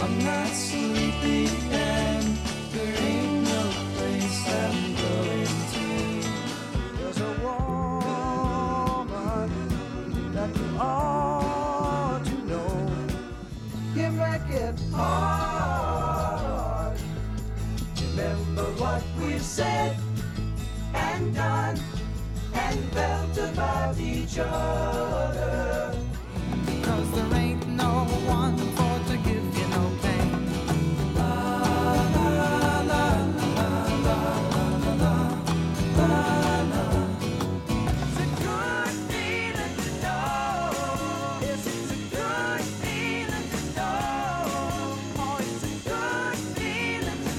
I'm not sleepy and there ain't no place I'm going to. There's a woman that you ought to know. You make it hard. Remember what we've said and done and felt about each other. 'Cause there ain't no one for to give you no pain. La la la la la la la la. It's a good feeling to know. Yes, it's a good feeling to know. Oh, it's a good feeling to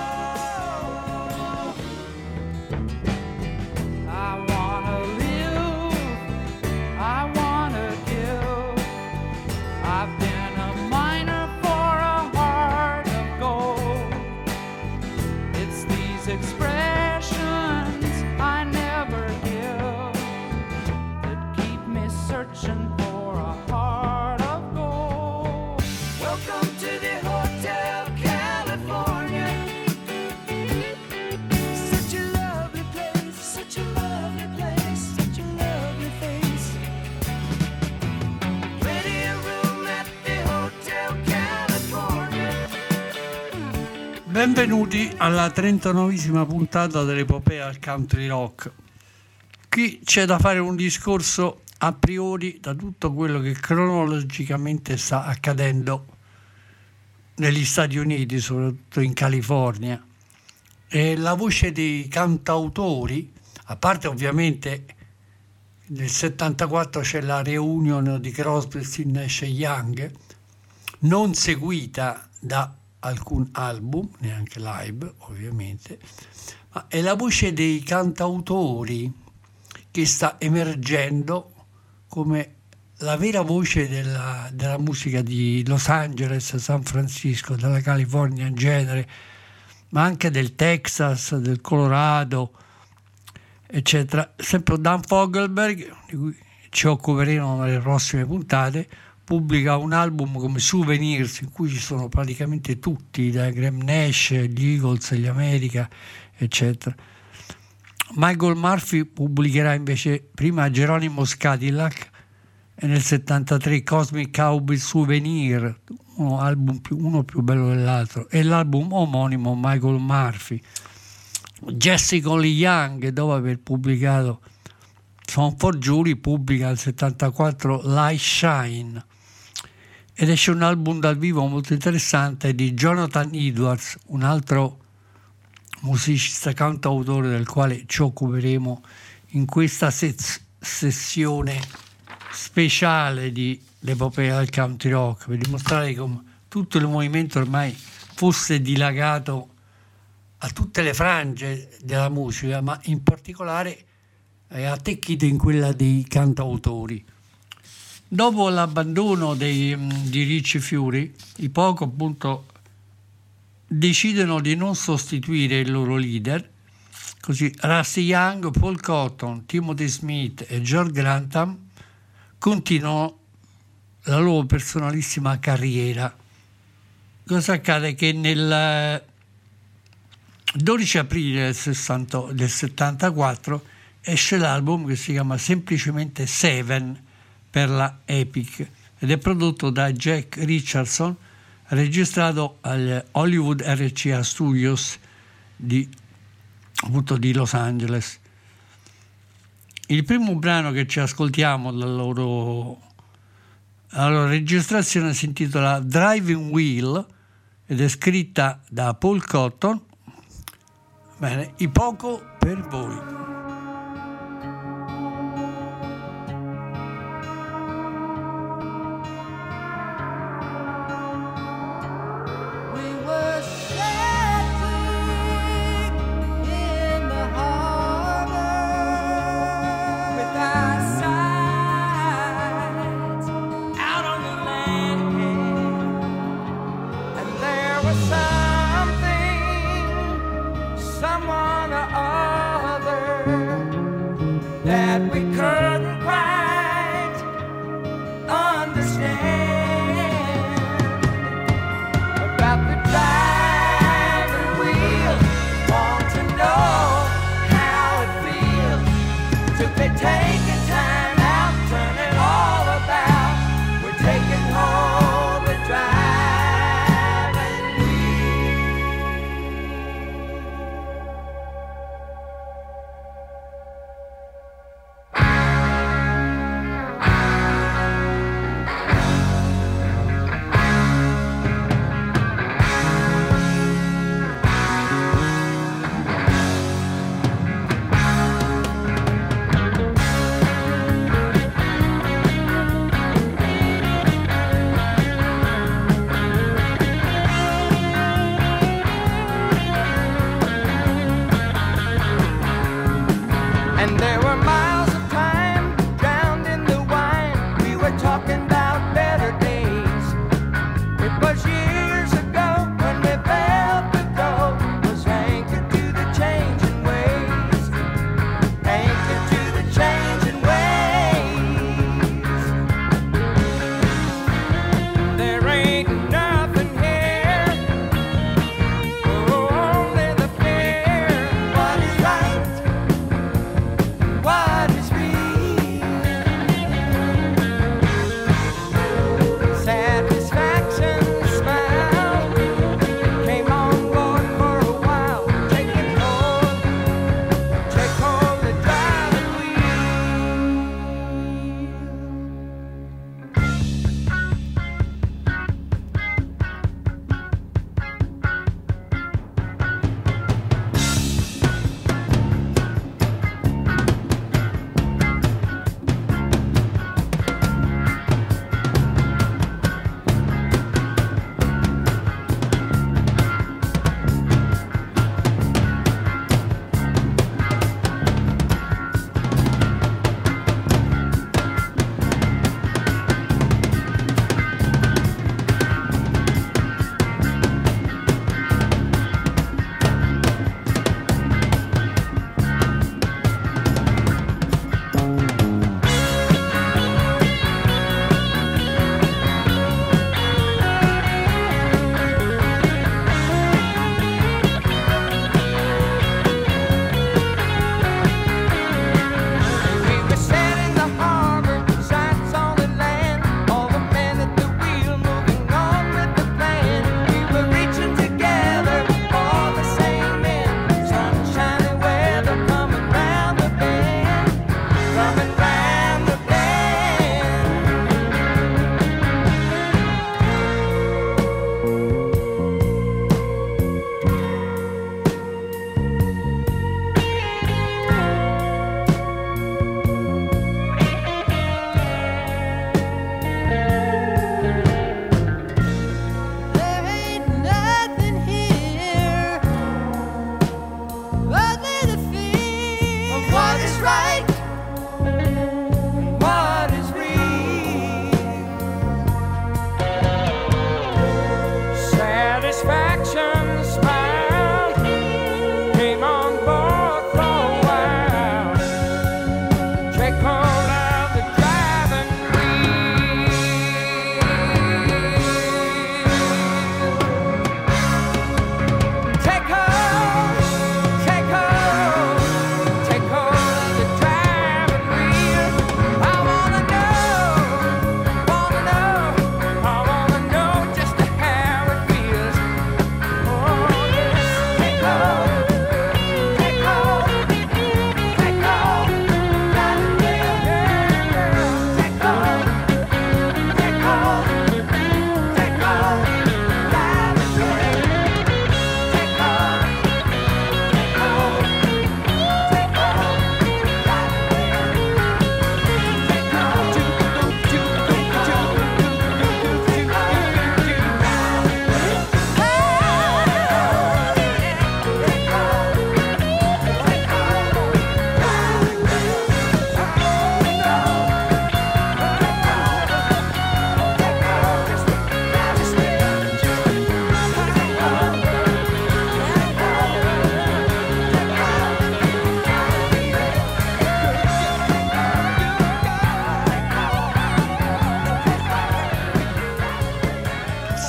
know. I wanna live, I wanna give. I've been a miner for a heart of gold. It's these expressions I never give that keep me searching for a heart of gold. Welcome to the Hotel California. Such a lovely place, such a lovely place, such a lovely face. Ready a room at the Hotel California. Benvenuti alla 39esima puntata dell'epopea al country rock. Qui c'è da fare un discorso a priori da tutto quello che cronologicamente sta accadendo negli Stati Uniti, soprattutto in California. E la voce dei cantautori, a parte ovviamente nel 74 c'è la reunion di Crosby, Stills, Nash Young, non seguita da alcun album, neanche live ovviamente, ma è la voce dei cantautori che sta emergendo come la vera voce della musica di Los Angeles, San Francisco, della California in genere, ma anche del Texas, del Colorado, eccetera. Sempre Dan Fogelberg, di cui ci occuperemo nelle prossime puntate, pubblica un album come Souvenirs in cui ci sono praticamente tutti, da Graham Nash, gli Eagles, gli America, eccetera. Michael Murphy pubblicherà invece prima Geronimo Cadillac e nel 73 Cosmic Cowboy Souvenir, uno più bello dell'altro, e l'album omonimo Michael Murphy. Jessica Lee Young, dopo aver pubblicato Song for Julie, pubblica nel 74 Light Shine ed esce un album dal vivo molto interessante di Jonathan Edwards, un altro musicista cantautore del quale ci occuperemo in questa sessione speciale di l'epopea del country rock, per dimostrare come tutto il movimento ormai fosse dilagato a tutte le frange della musica, ma in particolare è attecchito in quella dei cantautori. Dopo l'abbandono di Ricci Fury, i Poco appunto decidono di non sostituire il loro leader, così Rusty Young, Paul Cotton, Timothy Smith e George Grantham continuano la loro personalissima carriera. Cosa accade? Che nel 12 aprile del 74 esce l'album che si chiama semplicemente Seven per la Epic ed è prodotto da Jack Richardson, registrato agli Hollywood RCA Studios di Los Angeles. Il primo brano che ci ascoltiamo dalla loro registrazione si intitola Driving Wheel ed è scritta da Paul Cotton. Bene, i Poco per voi. Someone or other that we couldn't quite understand.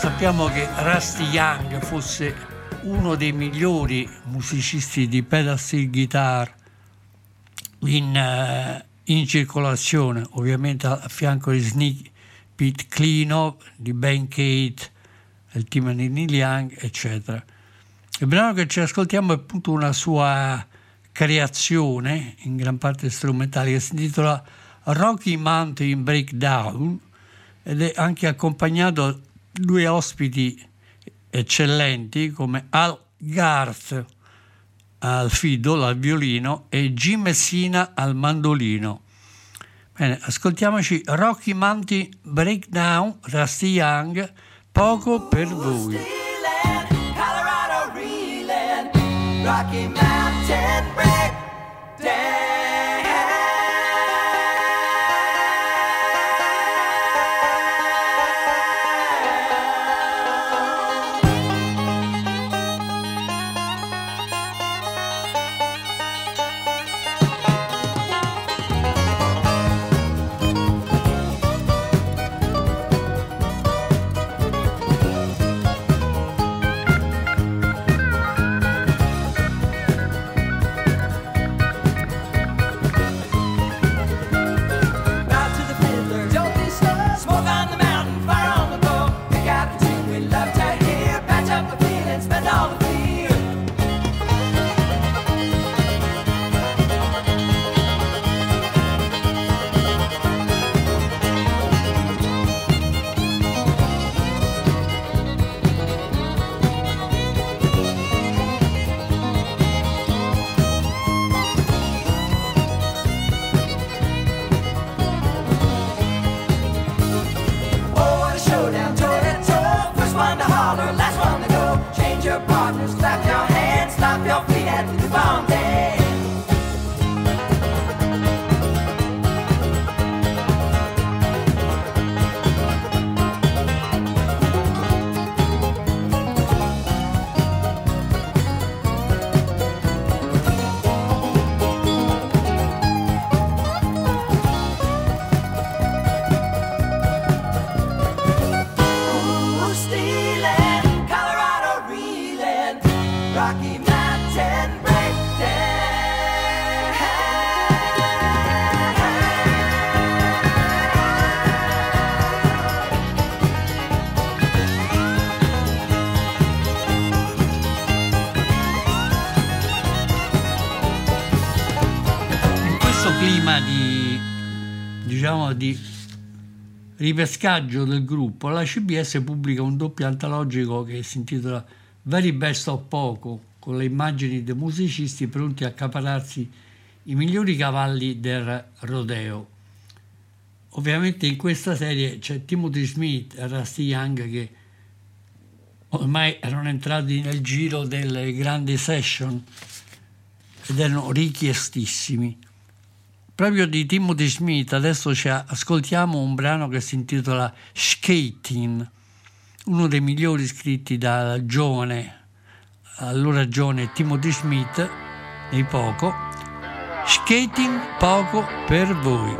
Sappiamo che Rusty Young fosse uno dei migliori musicisti di pedal steel guitar in circolazione, ovviamente a fianco di Sneak Pete Kleinow, di Ben Cate, il team di Neil Young, eccetera. Il brano che ci ascoltiamo è appunto una sua creazione, in gran parte strumentale, che si intitola Rocky Mountain Breakdown ed è anche accompagnato da due ospiti eccellenti come Al Garth al fiddle, al violino, e Jim Messina al mandolino. Bene, ascoltiamoci Rocky Mountain Breakdown, Rusty Young, Poco per voi. Rocky Mountain Breakdown. Di ripescaggio del gruppo, la CBS pubblica un doppio antologico che si intitola Very Best of Poco, con le immagini dei musicisti pronti a accaparrarsi i migliori cavalli del rodeo. Ovviamente in questa serie c'è Timothy Smith e Rusty Young, che ormai erano entrati nel giro delle grandi session ed erano richiestissimi. Proprio di Timothy Smith adesso ci ascoltiamo un brano che si intitola Skating, uno dei migliori scritti da giovane, allora giovane Timothy Smith, nei Poco. Skating, Poco per voi.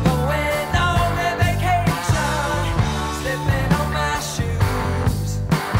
Slipping on my shoes.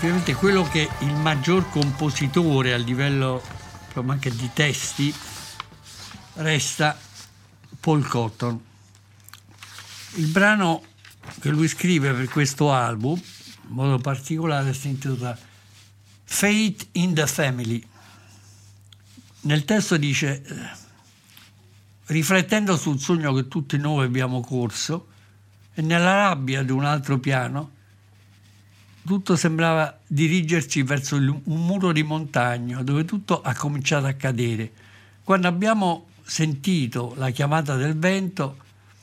praticamente quello che è il maggior compositore a livello proprio anche di testi resta Paul Cotton. Il brano che lui scrive per questo album, in modo particolare, si intitola Fate in the Family. Nel testo dice: riflettendo sul sogno che tutti noi abbiamo corso, e nella rabbia di un altro piano, tutto sembrava dirigerci verso un muro di montagna dove tutto ha cominciato a cadere. Quando abbiamo sentito la chiamata del vento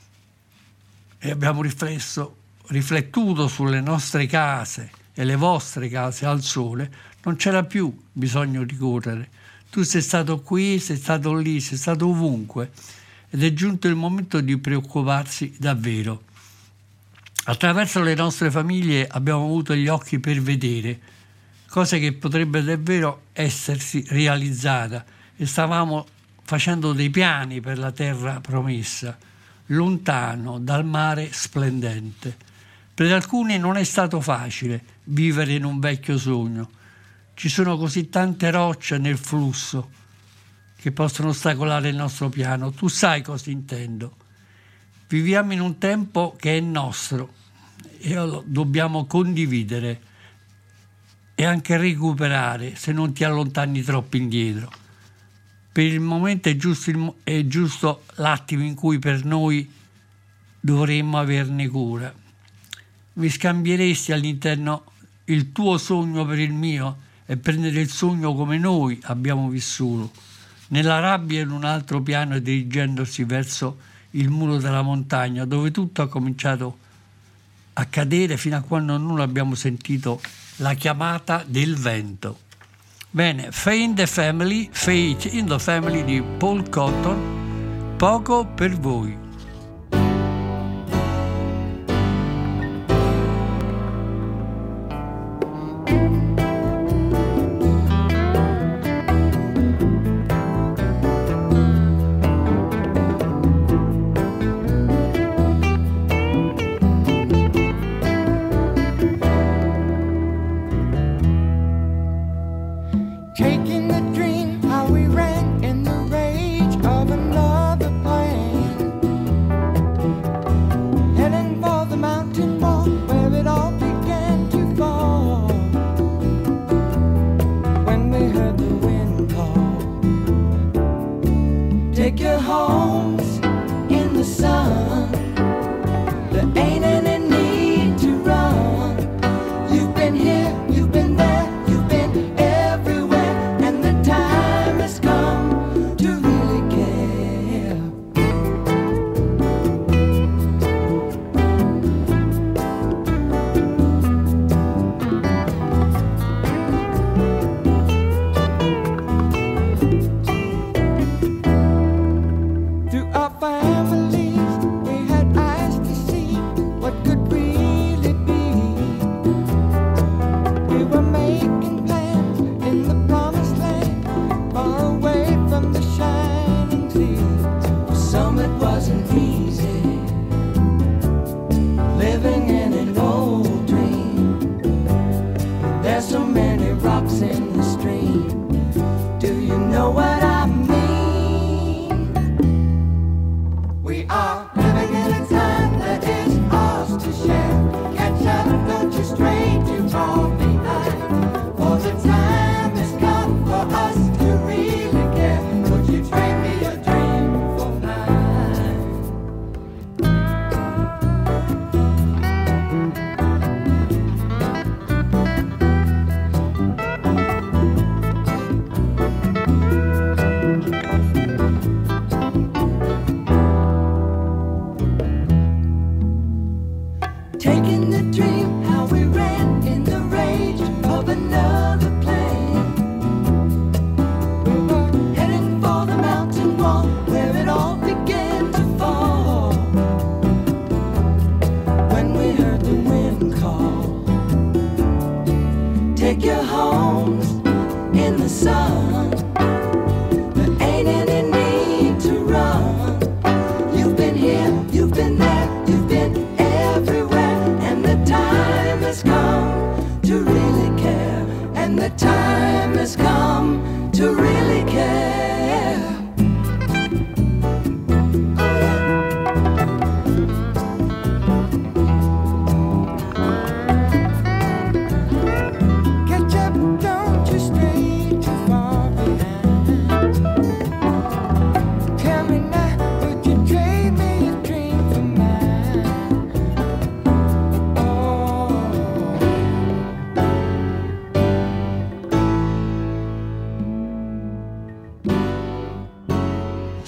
e abbiamo riflettuto sulle nostre case e le vostre case al sole, non c'era più bisogno di correre. Tu sei stato qui, sei stato lì, sei stato ovunque, ed è giunto il momento di preoccuparsi davvero. Attraverso le nostre famiglie abbiamo avuto gli occhi per vedere cose che potrebbe davvero essersi realizzata, e stavamo facendo dei piani per la terra promessa, lontano dal mare splendente. Per alcuni non è stato facile vivere in un vecchio sogno. Ci sono così tante rocce nel flusso che possono ostacolare il nostro piano. Tu sai cosa intendo. Viviamo in un tempo che è nostro e lo dobbiamo condividere e anche recuperare se non ti allontani troppo indietro. Per il momento è giusto l'attimo in cui per noi dovremmo averne cura. Mi scambieresti all'interno il tuo sogno per il mio e prendere il sogno come noi abbiamo vissuto, nella rabbia in un altro piano, dirigendosi verso il muro della montagna dove tutto ha cominciato a cadere fino a quando non abbiamo sentito la chiamata del vento. Bene, Fate in the Family di Paul Cotton, poco per voi. Taking the dream, how we ran in the rage of another plan. Heading for the mountain wall where it all began to fall. When we heard the wind call, take your homes in the sun. There ain't any need to run. You've been here, you've been there, you've been everywhere, and the time has come to really care. Through our families, we had eyes to see what could really be. We were making plans in the promised land, far away from the shining sea. For some it wasn't easy, living in an old dream. There's so many rocks in the stream. Do you know what I mean? We are living in a time that is ours to share. Catch up, don't you stray too far behind. For the time has come for us to really care. Would you trade me your dream for mine?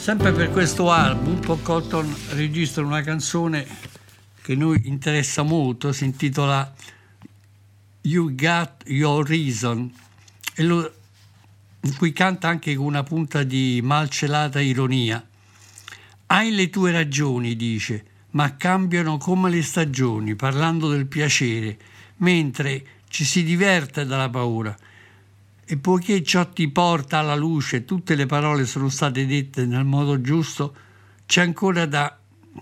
Sempre per questo album, Paul Cotton registra una canzone che noi interessa molto, si intitola You Got Your Reason, in cui canta anche con una punta di malcelata ironia. Hai le tue ragioni, dice, ma cambiano come le stagioni, parlando del piacere, mentre ci si diverte dalla paura. E poiché ciò ti porta alla luce, tutte le parole sono state dette nel modo giusto, c'è ancora da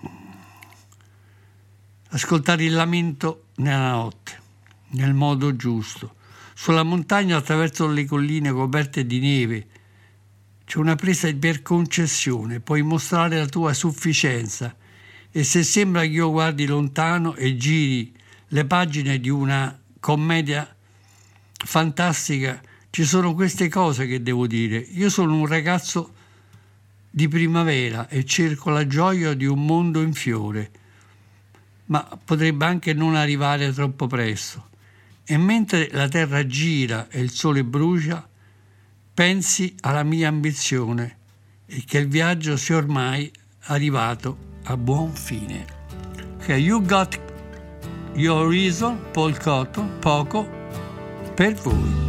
ascoltare il lamento nella notte, nel modo giusto. Sulla montagna, attraverso le colline coperte di neve, c'è una presa per concessione, puoi mostrare la tua sufficienza e se sembra che io guardi lontano e giri le pagine di una commedia fantastica, ci sono queste cose che devo dire. Io sono un ragazzo di primavera e cerco la gioia di un mondo in fiore, ma potrebbe anche non arrivare troppo presto. E mentre la terra gira e il sole brucia, pensi alla mia ambizione e che il viaggio sia ormai arrivato a buon fine. Okay, You Got Your Reason, Paul Cotton, poco per voi.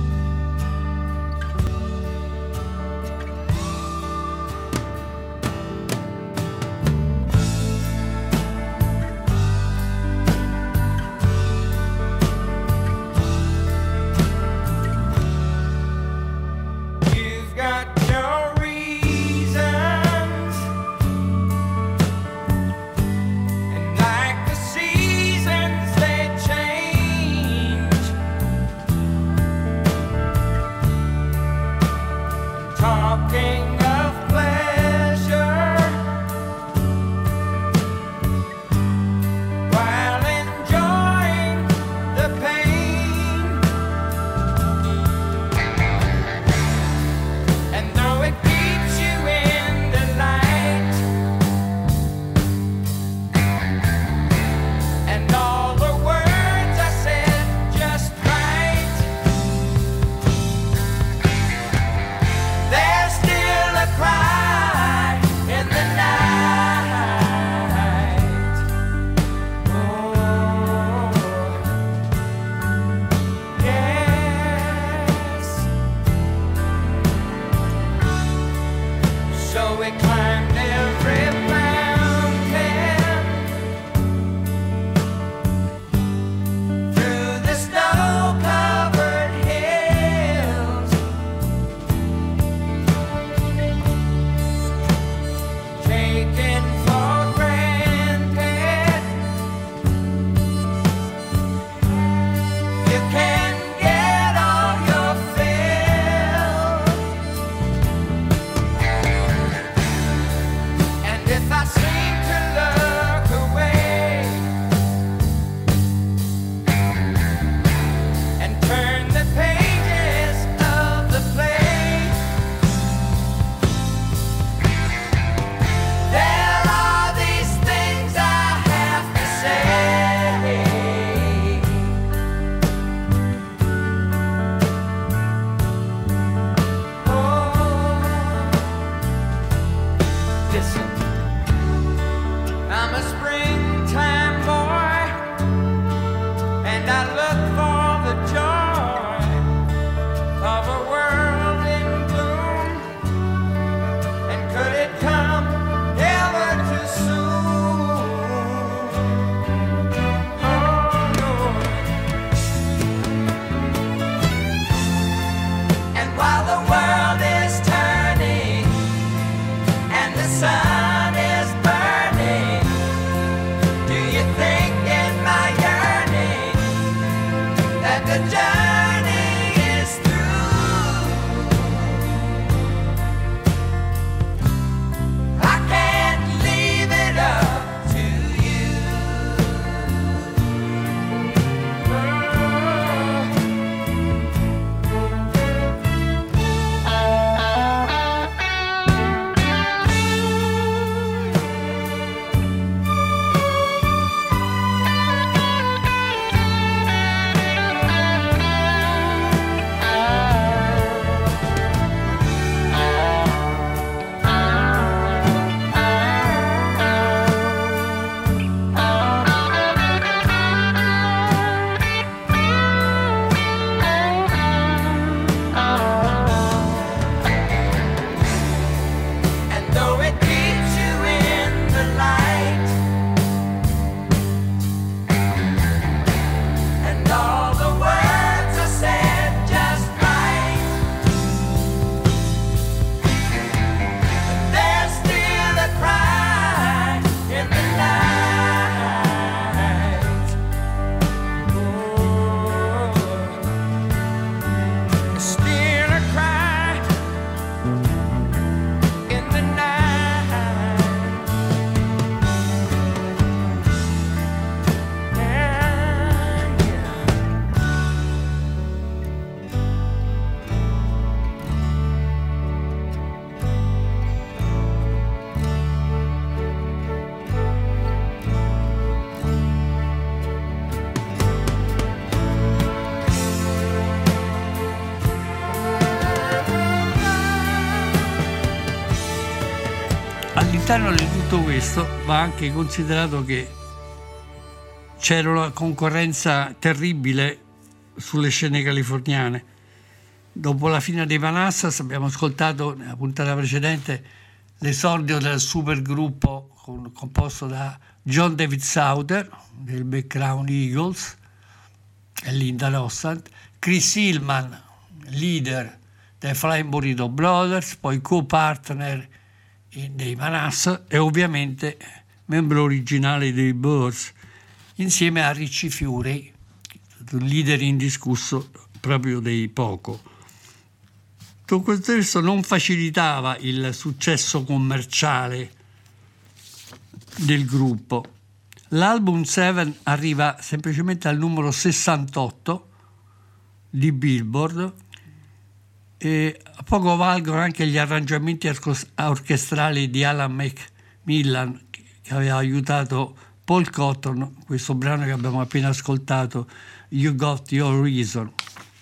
All'interno di tutto questo va anche considerato che c'era una concorrenza terribile sulle scene californiane. Dopo la fine dei Manassas abbiamo ascoltato nella puntata precedente l'esordio del supergruppo composto da John David Souther del background Eagles e Linda Ronstadt, Chris Hillman, leader dei Flying Burrito Brothers, poi co-partner dei Manassas e ovviamente membro originale dei Birds, insieme a Richie Furay, leader indiscusso proprio dei Poco. Tutto questo non facilitava il successo commerciale del gruppo. L'album Seven arriva semplicemente al numero 68 di Billboard e poco valgono anche gli arrangiamenti orchestrali di Alan Macmillan, che aveva aiutato Paul Cotton, questo brano che abbiamo appena ascoltato, You Got Your Reason.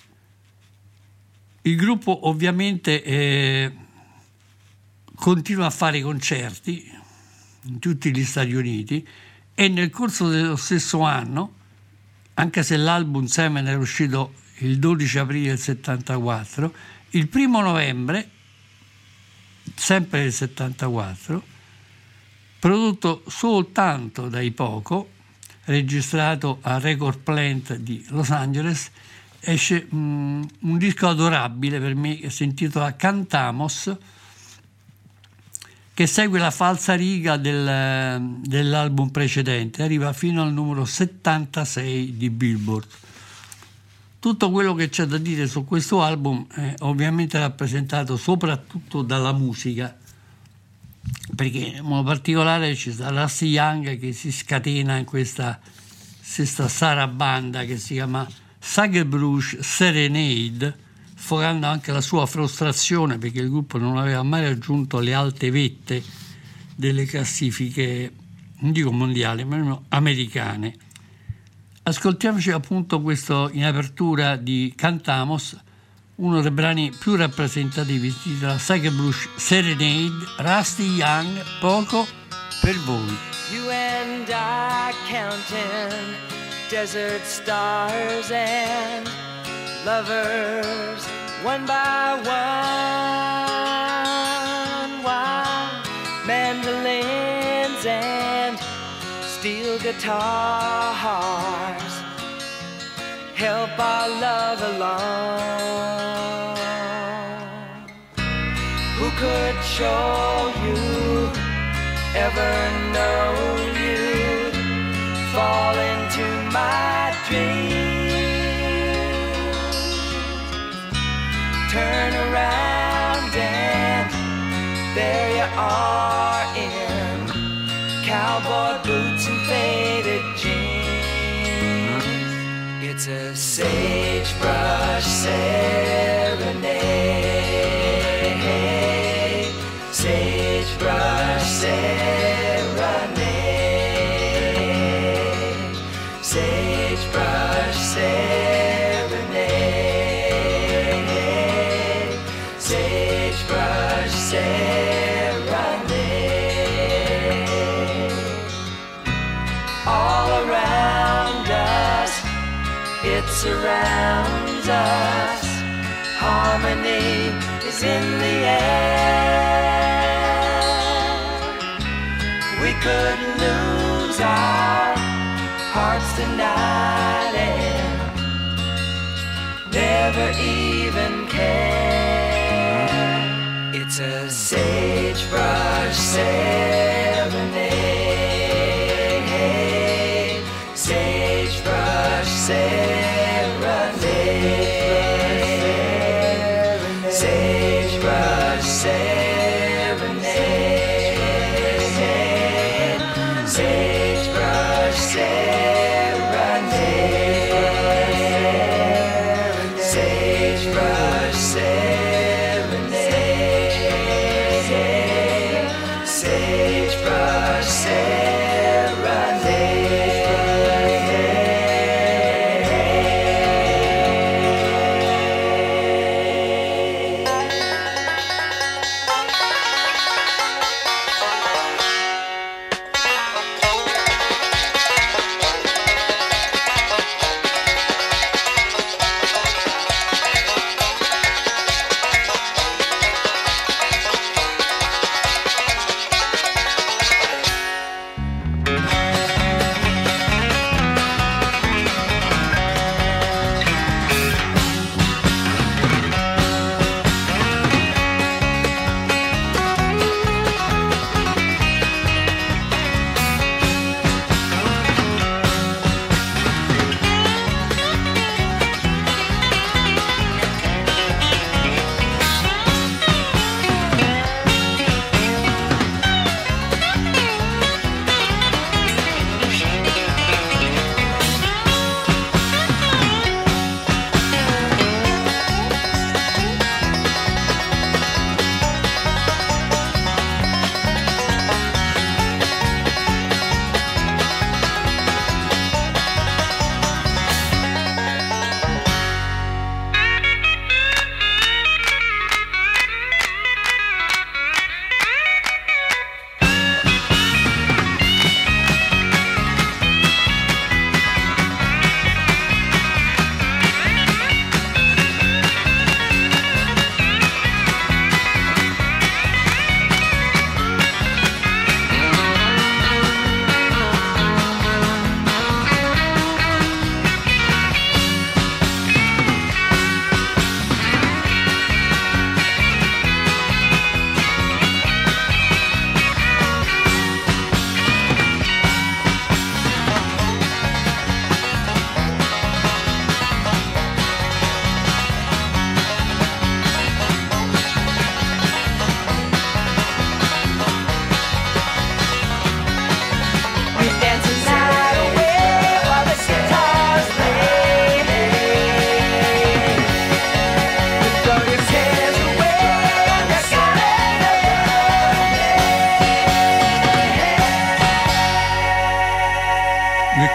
Il gruppo ovviamente continua a fare concerti in tutti gli Stati Uniti e nel corso dello stesso anno, anche se l'album Seven era uscito il 12 aprile del 74, il 1 novembre, sempre del 74, prodotto soltanto dai Poco, registrato a Record Plant di Los Angeles, esce un disco adorabile per me che si intitola Cantamos, che segue la falsariga dell'album precedente, arriva fino al numero 76 di Billboard. Tutto quello che c'è da dire su questo album è ovviamente rappresentato soprattutto dalla musica, perché in modo particolare ci sta Rusty Young che si scatena in questa sarabanda che si chiama Sagebrush Serenade, sfogando anche la sua frustrazione perché il gruppo non aveva mai raggiunto le alte vette delle classifiche, non dico mondiali, ma almeno americane. Ascoltiamoci appunto questo in apertura di Cantamos, uno dei brani più rappresentativi, si intitola Sagebrush Serenade, Rusty Young, Poco per voi. You and I counting desert stars and lovers one by one, while mandolins and steel guitars help our love along. Who could show you, ever know you'd fall into my dreams? Turn around and there you are in cowboy boots and faded jeans. It's a sagebrush serenade, sagebrush serenade, sagebrush serenade, sagebrush serenade. All around us, it surrounds us. Harmony is in the air. We could lose our hearts tonight and never even care. It's a sagebrush serenade, sagebrush serenade, sagebrush serenade, sagebrush serenade, sagebrush serenade, sagebrush serenade.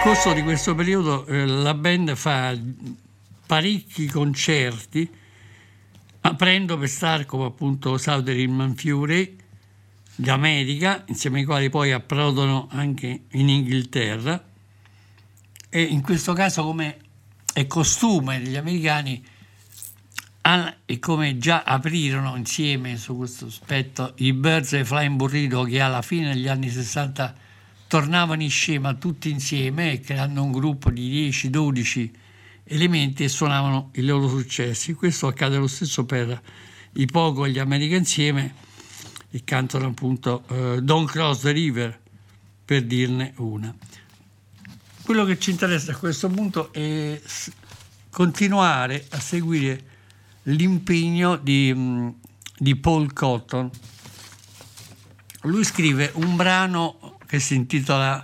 corso di questo periodo la band fa parecchi concerti, aprendo per star come appunto Southern Fury d'America, insieme ai quali poi approdano anche in Inghilterra, e in questo caso, come è costume degli americani, e come già aprirono insieme su questo aspetto i Birds e i Flying Burrito, che alla fine degli anni 60 tornavano in scena tutti insieme, creando un gruppo di 10-12 elementi e suonavano i loro successi. Questo accade lo stesso per i Pogo e gli America insieme, e cantano appunto Don't Cross the River, per dirne una. Quello che ci interessa a questo punto è continuare a seguire l'impegno di Paul Cotton. Lui scrive un brano che si intitola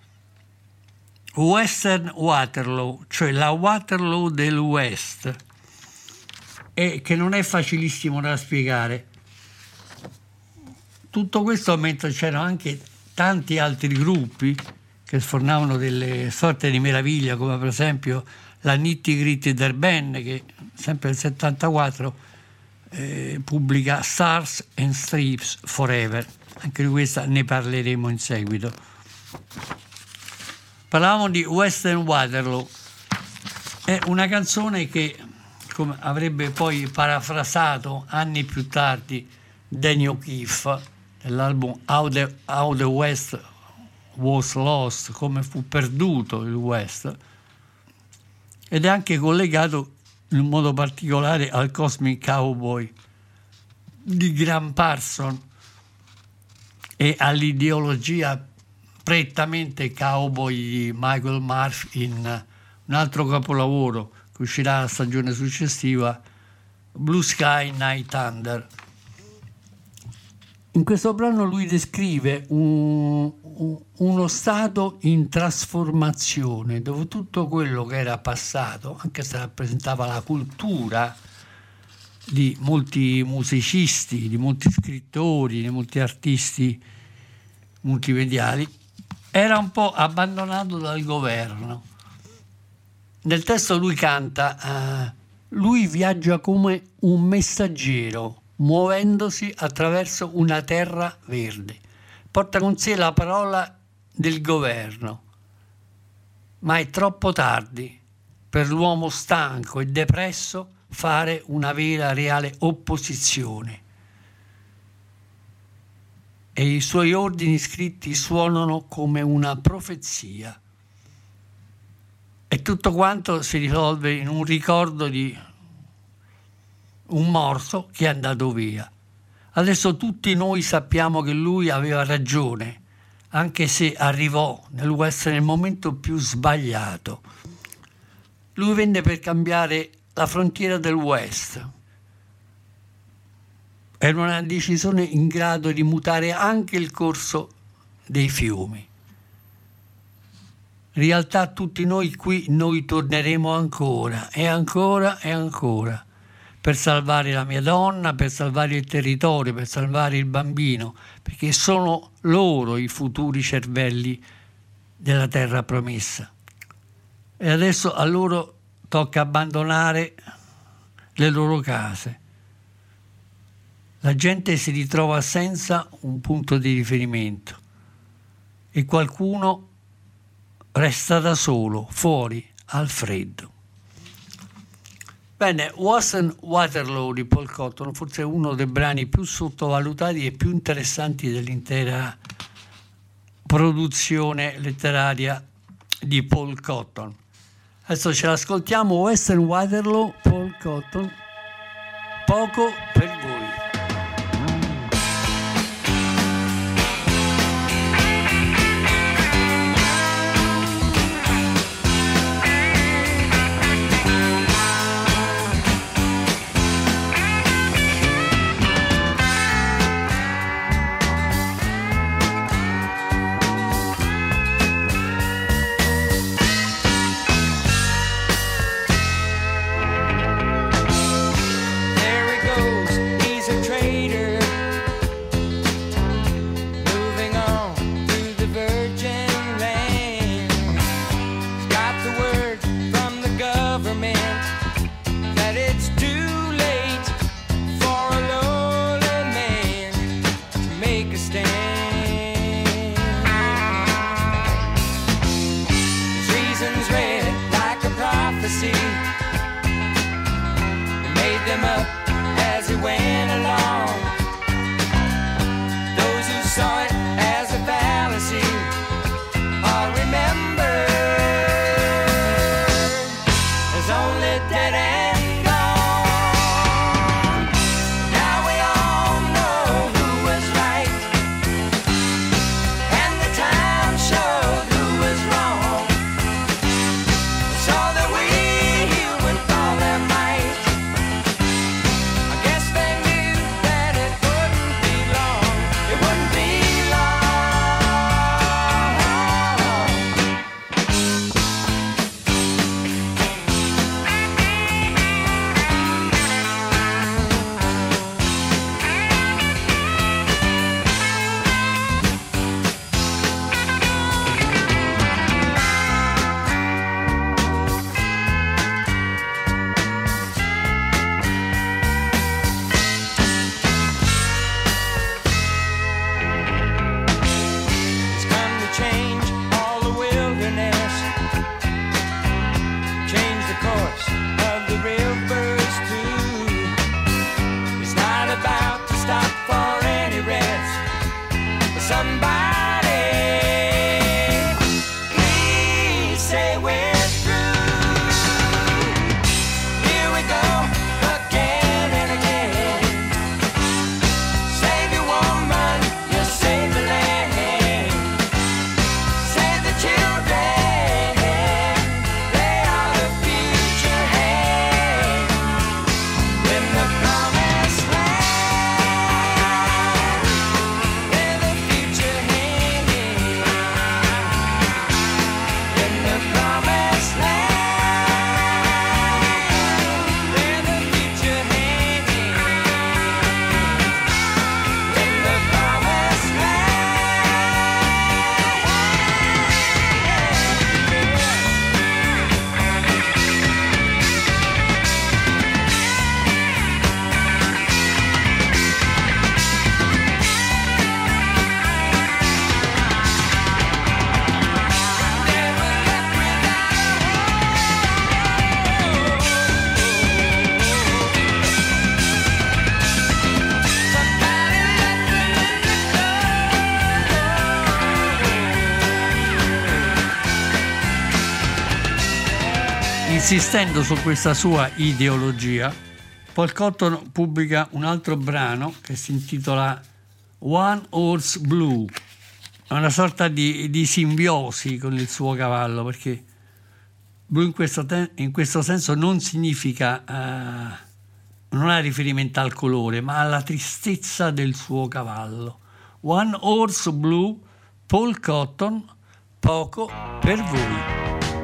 Western Waterloo, cioè la Waterloo del West, e che non è facilissimo da spiegare. Tutto questo mentre c'erano anche tanti altri gruppi che sfornavano delle sorte di meraviglia, come per esempio la Nitty Gritty Der Band, che sempre nel 74 pubblica Stars and Stripes Forever. Anche di questa ne parleremo in seguito. Parlavamo di Western Waterloo. È una canzone che, come avrebbe poi parafrasato anni più tardi Danny O'Keefe nell'album How the West Was Lost, come fu perduto il West, ed è anche collegato in modo particolare al Cosmic Cowboy di Graham Parsons e all'ideologia prettamente cowboy di Michael Murphy in un altro capolavoro che uscirà la stagione successiva, Blue Sky Night Thunder. In questo brano lui descrive uno stato in trasformazione, dove tutto quello che era passato, anche se rappresentava la cultura di molti musicisti, di molti scrittori, di molti artisti multimediali, era un po' abbandonato dal governo. Nel testo lui canta, lui viaggia come un messaggero, muovendosi attraverso una terra verde. Porta con sé la parola del governo, ma è troppo tardi per l'uomo stanco e depresso fare una vera reale opposizione. E i suoi ordini scritti suonano come una profezia. E tutto quanto si risolve in un ricordo di un morto che è andato via. Adesso tutti noi sappiamo che lui aveva ragione, anche se arrivò nel West nel momento più sbagliato. Lui venne per cambiare la frontiera del West. Era una decisione in grado di mutare anche il corso dei fiumi. In realtà tutti noi qui, noi torneremo ancora e ancora e ancora, per salvare la mia donna, per salvare il territorio, per salvare il bambino, perché sono loro i futuri cervelli della terra promessa. E adesso a loro tocca abbandonare le loro case. La gente si ritrova senza un punto di riferimento e qualcuno resta da solo, fuori, al freddo. Bene, Western Waterloo di Paul Cotton, forse uno dei brani più sottovalutati e più interessanti dell'intera produzione letteraria di Paul Cotton. Adesso ce l'ascoltiamo, Western Waterloo, Paul Cotton, poco per voi. There he goes, he's Insistendo su questa sua ideologia, Paul Cotton pubblica un altro brano che si intitola One Horse Blue. È una sorta di simbiosi con il suo cavallo, perché blu in questo senso non significa, non ha riferimento al colore, ma alla tristezza del suo cavallo. One Horse Blue, Paul Cotton, poco per voi.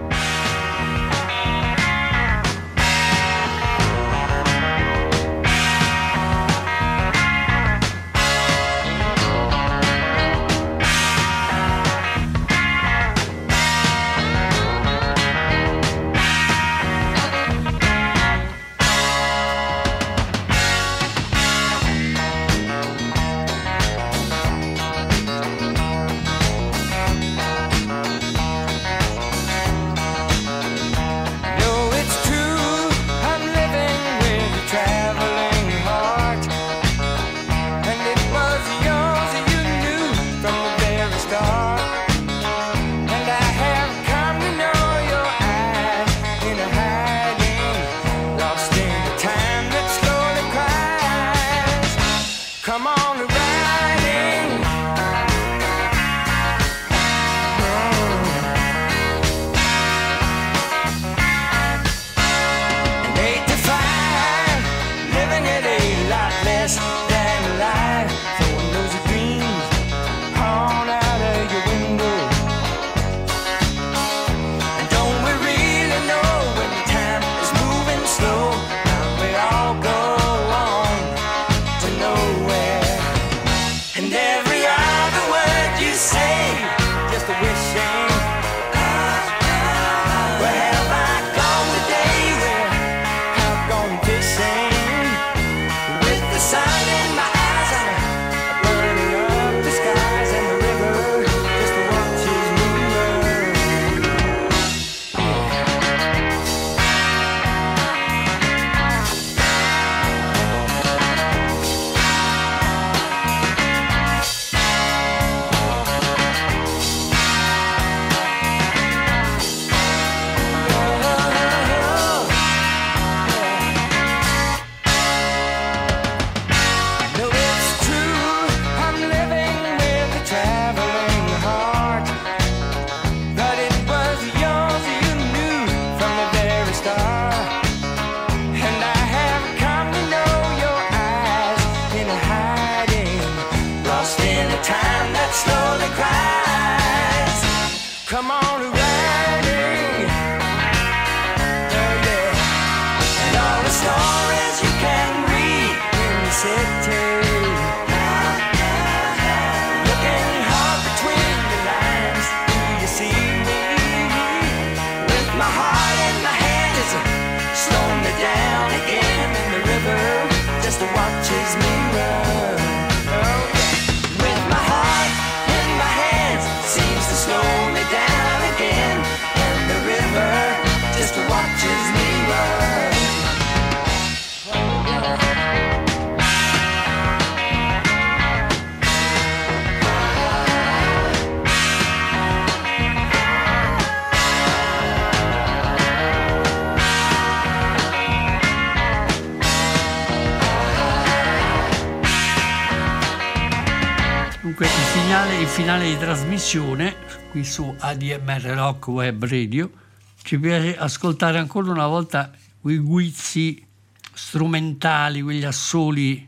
Il finale di trasmissione qui su ADMR Rock Web Radio. Ci piace ascoltare ancora una volta quei guizzi strumentali, quegli assoli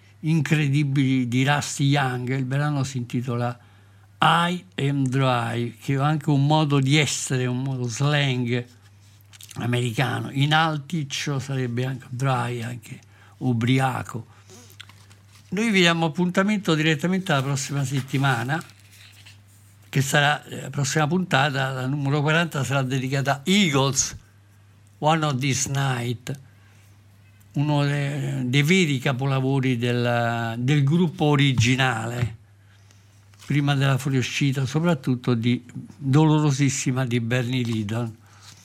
incredibili di Rusty Young. Il brano si intitola I Am Dry, che è anche un modo di essere, un modo slang americano. In alticcio sarebbe anche dry, anche ubriaco. Noi vi diamo appuntamento direttamente alla prossima settimana, che sarà la prossima puntata, la numero 40, sarà dedicata a Eagles, One of This Night, uno dei veri capolavori del gruppo originale, prima della fuoriuscita soprattutto dolorosissima di Bernie Leadon.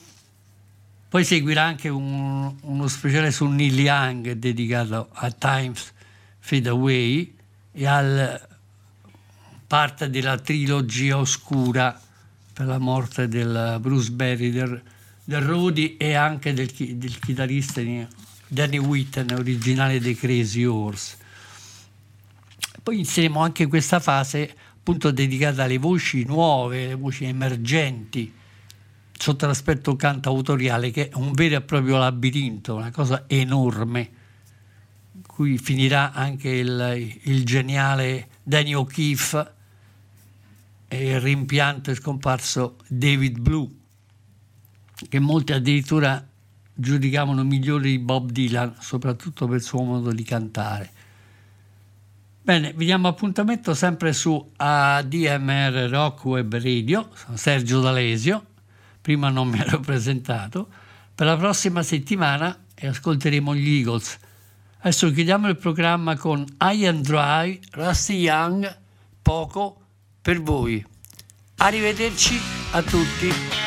Poi seguirà anche uno speciale su Neil Young dedicato a Times Fade Away e al parte della trilogia oscura per la morte del Bruce Berry del del Rudy e anche del chitarrista Danny Whitten, originale dei Crazy Horse. Poi inizieremo anche questa fase appunto dedicata alle voci nuove, alle voci emergenti sotto l'aspetto cantautoriale, che è un vero e proprio labirinto, una cosa enorme. Qui finirà anche il geniale Danny O'Keefe e il rimpianto è scomparso David Blue, che molti addirittura giudicavano migliore di Bob Dylan, soprattutto per il suo modo di cantare. Bene, vi diamo appuntamento sempre su ADMR Rock Web Radio, sono Sergio D'Alesio, prima non mi ero presentato, per la prossima settimana e ascolteremo gli Eagles. Adesso chiudiamo il programma con High and Dry, Rusty Young, Poco per voi. Arrivederci a tutti.